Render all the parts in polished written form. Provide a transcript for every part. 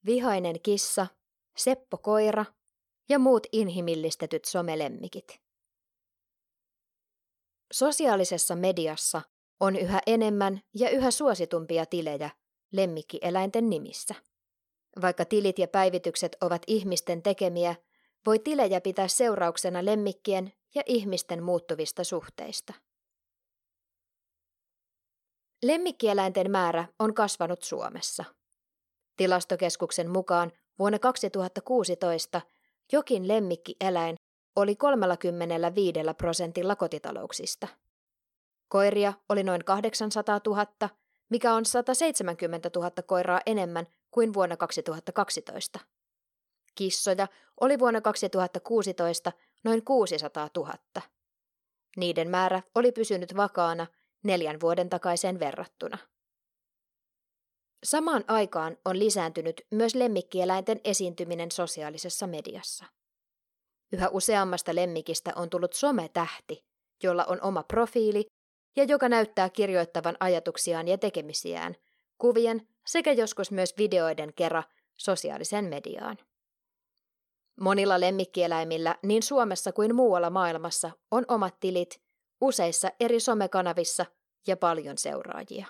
vihainen kissa, Seppo koira ja muut inhimillistetyt somelemmikit. Sosiaalisessa mediassa on yhä enemmän ja yhä suositumpia tilejä lemmikkieläinten nimissä. Vaikka tilit ja päivitykset ovat ihmisten tekemiä, voi tilejä pitää seurauksena lemmikkien ja ihmisten muuttuvista suhteista. Lemmikkieläinten määrä on kasvanut Suomessa. Tilastokeskuksen mukaan vuonna 2016 jokin lemmikkieläin oli 35% kotitalouksista. Koiria oli noin 800 000, mikä on 170 000 koiraa enemmän kuin vuonna 2012. Kissoja oli vuonna 2016 noin 600 000. Niiden määrä oli pysynyt vakaana 4 vuoden takaiseen verrattuna. Samaan aikaan on lisääntynyt myös lemmikkieläinten esiintyminen sosiaalisessa mediassa. Yhä useammasta lemmikistä on tullut sometähti, jolla on oma profiili ja joka näyttää kirjoittavan ajatuksiaan ja tekemisiään, kuvien sekä joskus myös videoiden kera sosiaaliseen mediaan. Monilla lemmikkieläimillä niin Suomessa kuin muualla maailmassa on omat tilit useissa eri somekanavissa ja paljon seuraajia.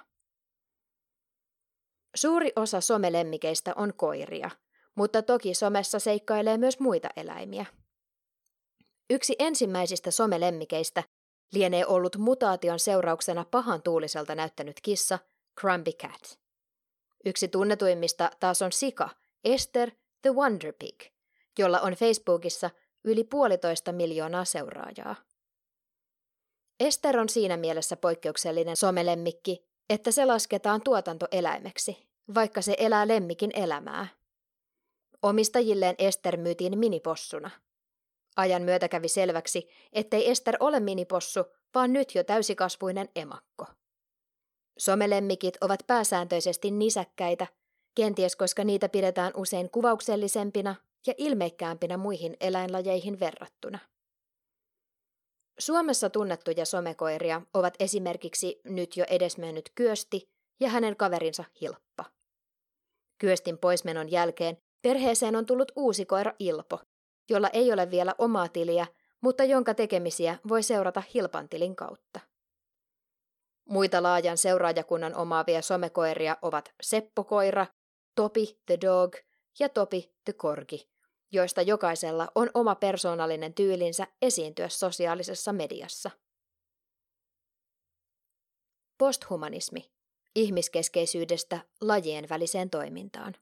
Suuri osa somelemmikeistä on koiria, mutta toki somessa seikkailee myös muita eläimiä. Yksi ensimmäisistä somelemmikeistä lienee ollut mutaation seurauksena pahan tuuliselta näyttänyt kissa Grumpy Cat. Yksi tunnetuimmista taas on sika Esther the Wonder Pig, jolla on Facebookissa yli 1,5 miljoonaa seuraajaa. Esther on siinä mielessä poikkeuksellinen somelemmikki, että se lasketaan tuotantoeläimeksi, vaikka se elää lemmikin elämää. Omistajilleen Esther myytiin minipossuna. Ajan myötä kävi selväksi, ettei Esther ole minipossu, vaan nyt jo täysikasvuinen emakko. Somelemmikit ovat pääsääntöisesti nisäkkäitä, kenties koska niitä pidetään usein kuvauksellisempina ja ilmeikkäämpinä muihin eläinlajeihin verrattuna. Suomessa tunnettuja somekoiria ovat esimerkiksi nyt jo edesmennyt Kyösti ja hänen kaverinsa Hilppa. Kyöstin poismenon jälkeen perheeseen on tullut uusi koira Ilpo, jolla ei ole vielä omaa tiliä, mutta jonka tekemisiä voi seurata Hilpan tilin kautta. Muita laajan seuraajakunnan omaavia somekoiria ovat Seppo koira, Topi the dog ja Topi the corgi, joista jokaisella on oma persoonallinen tyylinsä esiintyä sosiaalisessa mediassa. Posthumanismi. Ihmiskeskeisyydestä lajien väliseen toimintaan.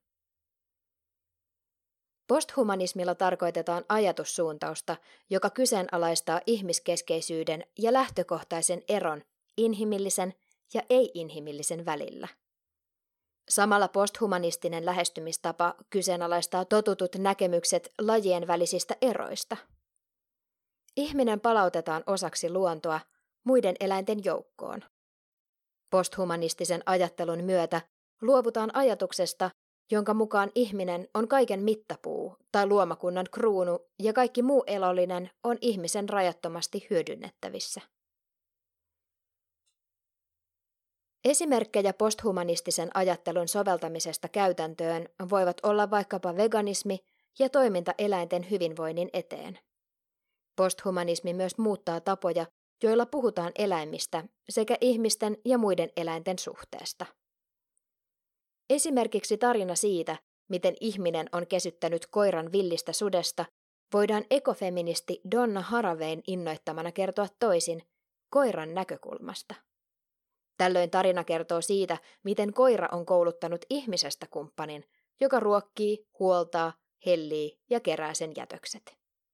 Posthumanismilla tarkoitetaan ajatussuuntausta, joka kyseenalaistaa ihmiskeskeisyyden ja lähtökohtaisen eron inhimillisen ja ei-inhimillisen välillä. Samalla posthumanistinen lähestymistapa kyseenalaistaa totutut näkemykset lajien välisistä eroista. Ihminen palautetaan osaksi luontoa muiden eläinten joukkoon. Posthumanistisen ajattelun myötä luovutaan ajatuksesta, jonka mukaan ihminen on kaiken mittapuu tai luomakunnan kruunu ja kaikki muu elollinen on ihmisen rajattomasti hyödynnettävissä. Esimerkkejä posthumanistisen ajattelun soveltamisesta käytäntöön voivat olla vaikkapa veganismi ja toiminta eläinten hyvinvoinnin eteen. Posthumanismi myös muuttaa tapoja, joilla puhutaan eläimistä sekä ihmisten ja muiden eläinten suhteesta. Esimerkiksi tarina siitä, miten ihminen on kesyttänyt koiran villistä sudesta, voidaan ekofeministi Donna Haraveyn innoittamana kertoa toisin, koiran näkökulmasta. Tällöin tarina kertoo siitä, miten koira on kouluttanut ihmisestä kumppanin, joka ruokkii, huoltaa, hellii ja kerää sen jätökset.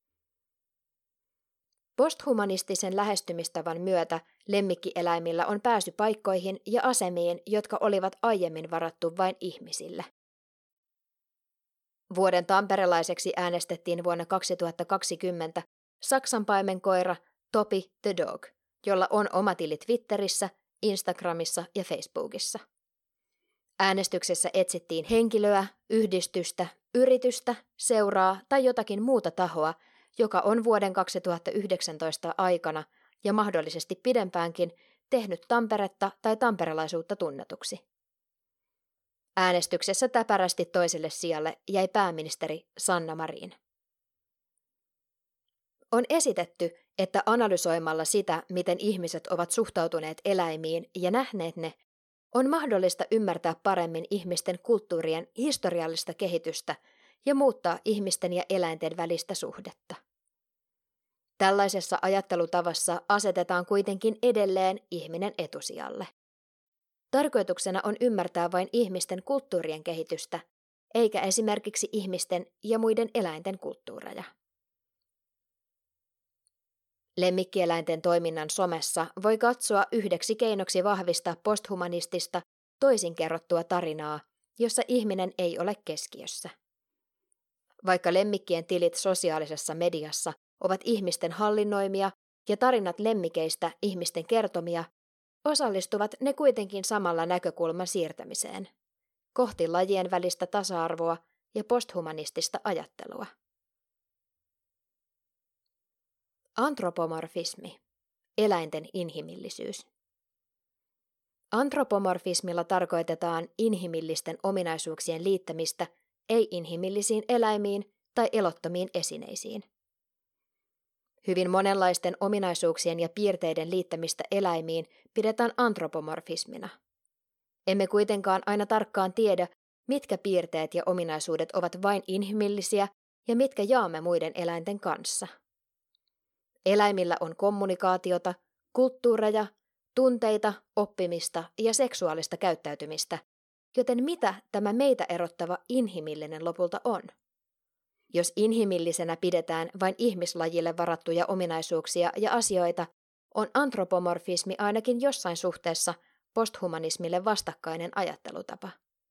Posthumanistisen lähestymistavan myötä lemmikkieläimillä on pääsy paikkoihin ja asemiin, jotka olivat aiemmin varattu vain ihmisille. Vuoden tamperelaiseksi äänestettiin vuonna 2020 saksanpaimenkoira Topi the dog, jolla on oma tili Twitterissä, Instagramissa ja Facebookissa. Äänestyksessä etsittiin henkilöä, yhdistystä, yritystä, seuraa tai jotakin muuta tahoa, joka on vuoden 2019 aikana ja mahdollisesti pidempäänkin tehnyt Tamperetta tai tamperelaisuutta tunnetuksi. Äänestyksessä täpärästi toiselle sijalle jäi pääministeri Sanna Marin. On esitetty, että analysoimalla sitä, miten ihmiset ovat suhtautuneet eläimiin ja nähneet ne, on mahdollista ymmärtää paremmin ihmisten kulttuurien historiallista kehitystä ja muuttaa ihmisten ja eläinten välistä suhdetta. Tällaisessa ajattelutavassa asetetaan kuitenkin edelleen ihminen etusijalle. Tarkoituksena on ymmärtää vain ihmisten kulttuurien kehitystä, eikä esimerkiksi ihmisten ja muiden eläinten kulttuureja. Lemmikkieläinten toiminnan somessa voi katsoa yhdeksi keinoksi vahvistaa posthumanistista, toisin kerrottua tarinaa, jossa ihminen ei ole keskiössä. Vaikka lemmikkien tilit sosiaalisessa mediassa ovat ihmisten hallinnoimia ja tarinat lemmikeistä ihmisten kertomia, osallistuvat ne kuitenkin samalla näkökulman siirtämiseen, kohti lajien välistä tasa-arvoa ja posthumanistista ajattelua. Antropomorfismi, eläinten inhimillisyys. Antropomorfismilla tarkoitetaan inhimillisten ominaisuuksien liittämistä ei-inhimillisiin eläimiin tai elottomiin esineisiin. Hyvin monenlaisten ominaisuuksien ja piirteiden liittämistä eläimiin pidetään antropomorfismina. Emme kuitenkaan aina tarkkaan tiedä, mitkä piirteet ja ominaisuudet ovat vain inhimillisiä ja mitkä jaamme muiden eläinten kanssa. Eläimillä on kommunikaatiota, kulttuureja, tunteita, oppimista ja seksuaalista käyttäytymistä, joten mitä tämä meitä erottava inhimillinen lopulta on? Jos inhimillisenä pidetään vain ihmislajille varattuja ominaisuuksia ja asioita, on antropomorfismi ainakin jossain suhteessa posthumanismille vastakkainen ajattelutapa.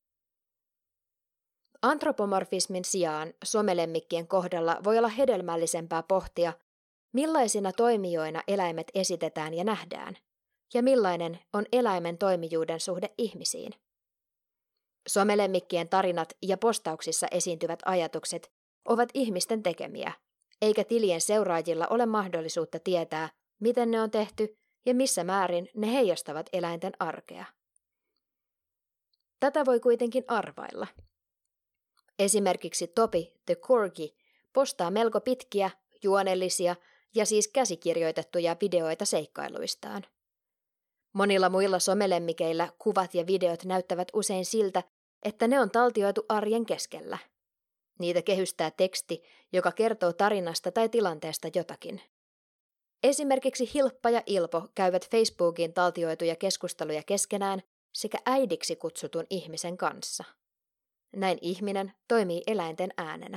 Antropomorfismin sijaan somelemmikkien kohdalla voi olla hedelmällisempää pohtia, millaisina toimijoina eläimet esitetään ja nähdään, ja millainen on eläimen toimijuuden suhde ihmisiin. Somelemmikkien tarinat ja postauksissa esiintyvät ajatukset ovat ihmisten tekemiä, eikä tilien seuraajilla ole mahdollisuutta tietää, miten ne on tehty ja missä määrin ne heijastavat eläinten arkea. Tätä voi kuitenkin arvailla. Esimerkiksi Topi the Corgi postaa melko pitkiä, juonellisia ja siis käsikirjoitettuja videoita seikkailuistaan. Monilla muilla somelemmikeillä kuvat ja videot näyttävät usein siltä, että ne on taltioitu arjen keskellä. Niitä kehystää teksti, joka kertoo tarinasta tai tilanteesta jotakin. Esimerkiksi Hilppa ja Ilpo käyvät Facebookiin taltioituja keskusteluja keskenään sekä äidiksi kutsutun ihmisen kanssa. Näin ihminen toimii eläinten äänenä.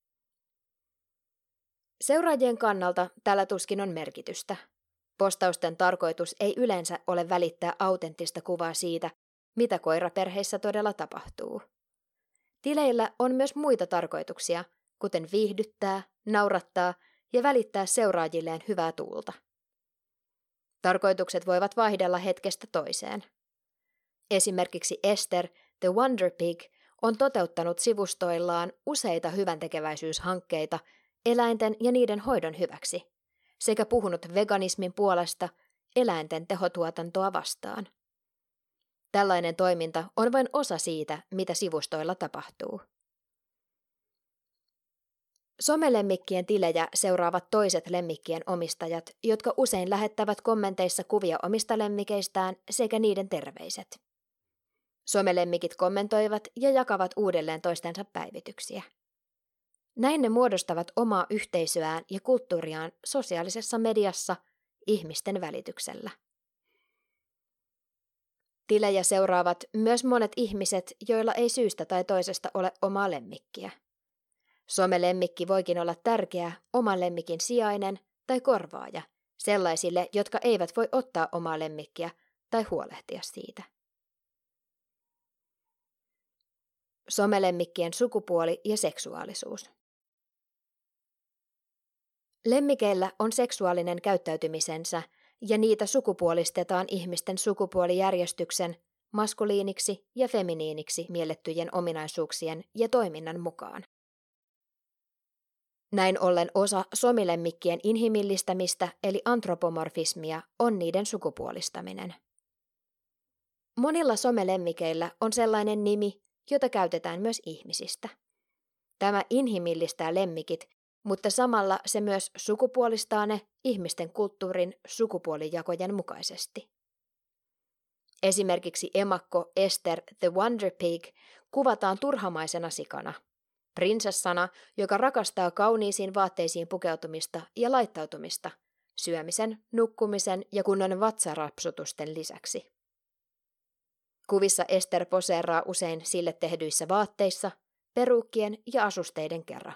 Seuraajien kannalta tällä tuskin on merkitystä. Postausten tarkoitus ei yleensä ole välittää autenttista kuvaa siitä, mitä koiraperheissä todella tapahtuu. Tileillä on myös muita tarkoituksia, kuten viihdyttää, naurattaa ja välittää seuraajilleen hyvää tuulta. Tarkoitukset voivat vaihdella hetkestä toiseen. Esimerkiksi Esther, the Wonder Pig, on toteuttanut sivustoillaan useita hyväntekeväisyyshankkeita eläinten ja niiden hoidon hyväksi, sekä puhunut veganismin puolesta eläinten tehotuotantoa vastaan. Tällainen toiminta on vain osa siitä, mitä sivustoilla tapahtuu. Somelemmikkien tilejä seuraavat toiset lemmikkien omistajat, jotka usein lähettävät kommenteissa kuvia omista lemmikeistään sekä niiden terveiset. Somelemmikit kommentoivat ja jakavat uudelleen toistensa päivityksiä. Näin ne muodostavat omaa yhteisöään ja kulttuuriaan sosiaalisessa mediassa ihmisten välityksellä. Tilejä seuraavat myös monet ihmiset, joilla ei syystä tai toisesta ole omaa lemmikkiä. Somelemmikki voikin olla tärkeä oman lemmikin sijainen tai korvaaja sellaisille, jotka eivät voi ottaa omaa lemmikkiä tai huolehtia siitä. Somelemmikkien sukupuoli ja seksuaalisuus. Lemmikeillä on seksuaalinen käyttäytymisensä ja niitä sukupuolistetaan ihmisten sukupuolijärjestyksen, maskuliiniksi ja feminiiniksi miellettyjen ominaisuuksien ja toiminnan mukaan. Näin ollen osa somilemmikkien inhimillistämistä eli antropomorfismia on niiden sukupuolistaminen. Monilla somelemmikeillä on sellainen nimi, jota käytetään myös ihmisistä. Tämä inhimillistää lemmikit, mutta samalla se myös sukupuolistaa ne ihmisten kulttuurin sukupuolijakojen mukaisesti. Esimerkiksi emakko Esther the Wonder Pig kuvataan turhamaisena sikana, prinsessana, joka rakastaa kauniisiin vaatteisiin pukeutumista ja laittautumista, syömisen, nukkumisen ja kunnon vatsarapsutusten lisäksi. Kuvissa Esther poseeraa usein sille tehdyissä vaatteissa, peruukkien ja asusteiden kerran.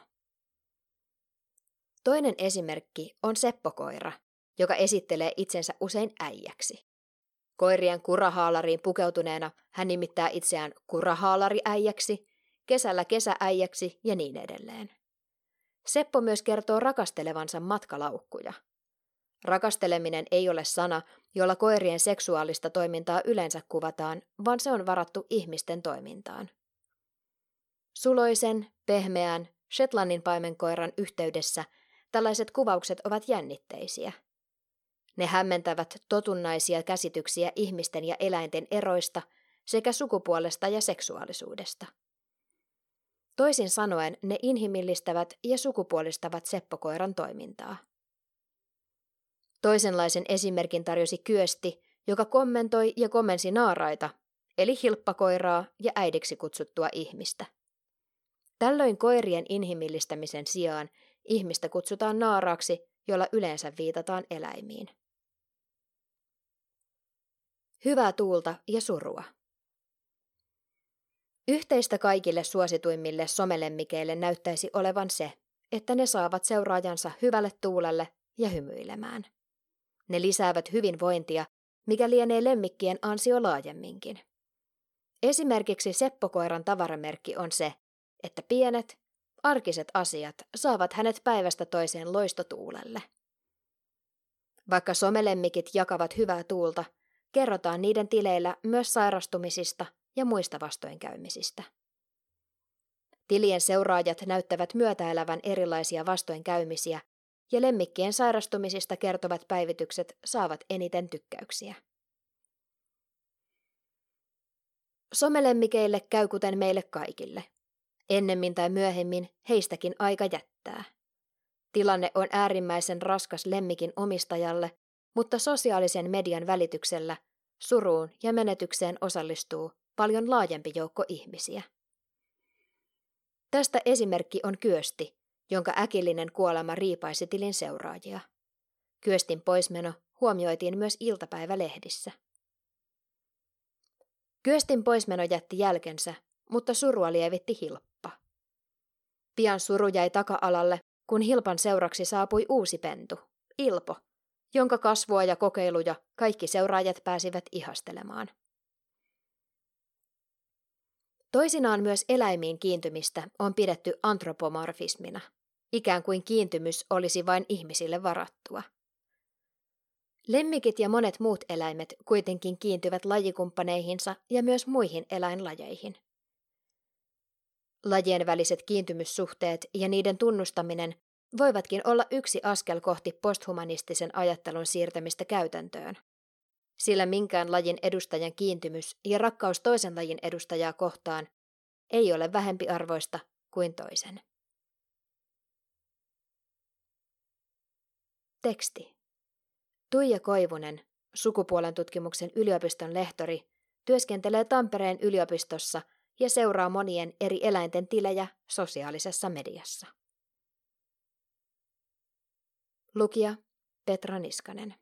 Toinen esimerkki on Seppo-koira, joka esittelee itsensä usein äijäksi. Koirien kurahaalariin pukeutuneena hän nimittää itseään kurahaalariäijäksi, kesällä kesääijäksi ja niin edelleen. Seppo myös kertoo rakastelevansa matkalaukkuja. Rakasteleminen ei ole sana, jolla koirien seksuaalista toimintaa yleensä kuvataan, vaan se on varattu ihmisten toimintaan. Suloisen, pehmeän, Shetlandin paimenkoiran yhteydessä tällaiset kuvaukset ovat jännitteisiä. Ne hämmentävät totunnaisia käsityksiä ihmisten ja eläinten eroista sekä sukupuolesta ja seksuaalisuudesta. Toisin sanoen ne inhimillistävät ja sukupuolistavat seppokoiran toimintaa. Toisenlaisen esimerkin tarjosi Kyösti, joka kommentoi ja komensi naaraita, eli hilppakoiraa ja äidiksi kutsuttua ihmistä. Tällöin koirien inhimillistämisen sijaan ihmistä kutsutaan naaraaksi, jolla yleensä viitataan eläimiin. Hyvää tuulta ja surua. Yhteistä kaikille suosituimmille somelemmikeille näyttäisi olevan se, että ne saavat seuraajansa hyvälle tuulelle ja hymyilemään. Ne lisäävät hyvinvointia, mikä lienee lemmikkien ansio laajemminkin. Esimerkiksi seppokoiran tavaramerkki on se, että pienet, arkiset asiat saavat hänet päivästä toiseen loistotuulelle. Vaikka somelemmikit jakavat hyvää tuulta, kerrotaan niiden tileillä myös sairastumisista ja muista vastoinkäymisistä. Tilien seuraajat näyttävät myötäelävän erilaisia vastoinkäymisiä, ja lemmikkien sairastumisista kertovat päivitykset saavat eniten tykkäyksiä. Somelemmikeille käy kuten meille kaikille. Ennemmin tai myöhemmin heistäkin aika jättää. Tilanne on äärimmäisen raskas lemmikin omistajalle, mutta sosiaalisen median välityksellä suruun ja menetykseen osallistuu paljon laajempi joukko ihmisiä. Tästä esimerkki on Kyösti, jonka äkillinen kuolema riipaisi tilin seuraajia. Kyöstin poismeno huomioitiin myös iltapäivälehdissä. Kyöstin poismeno jätti jälkensä, mutta surua lievitti Hilppa. Pian suru jäi taka-alalle, kun Hilpan seuraksi saapui uusi pentu, Ilpo, jonka kasvua ja kokeiluja kaikki seuraajat pääsivät ihastelemaan. Toisinaan myös eläimiin kiintymistä on pidetty antropomorfismina, ikään kuin kiintymys olisi vain ihmisille varattua. Lemmikit ja monet muut eläimet kuitenkin kiintyvät lajikumppaneihinsa ja myös muihin eläinlajeihin. Lajien väliset kiintymyssuhteet ja niiden tunnustaminen voivatkin olla yksi askel kohti posthumanistisen ajattelun siirtämistä käytäntöön. Sillä minkään lajin edustajan kiintymys ja rakkaus toisen lajin edustajaa kohtaan ei ole vähempiarvoista kuin toisen. Teksti. Tuija Koivunen, sukupuolen tutkimuksen yliopiston lehtori, työskentelee Tampereen yliopistossa ja seuraa monien eri eläinten tilejä sosiaalisessa mediassa. Lukija Petra Niskanen.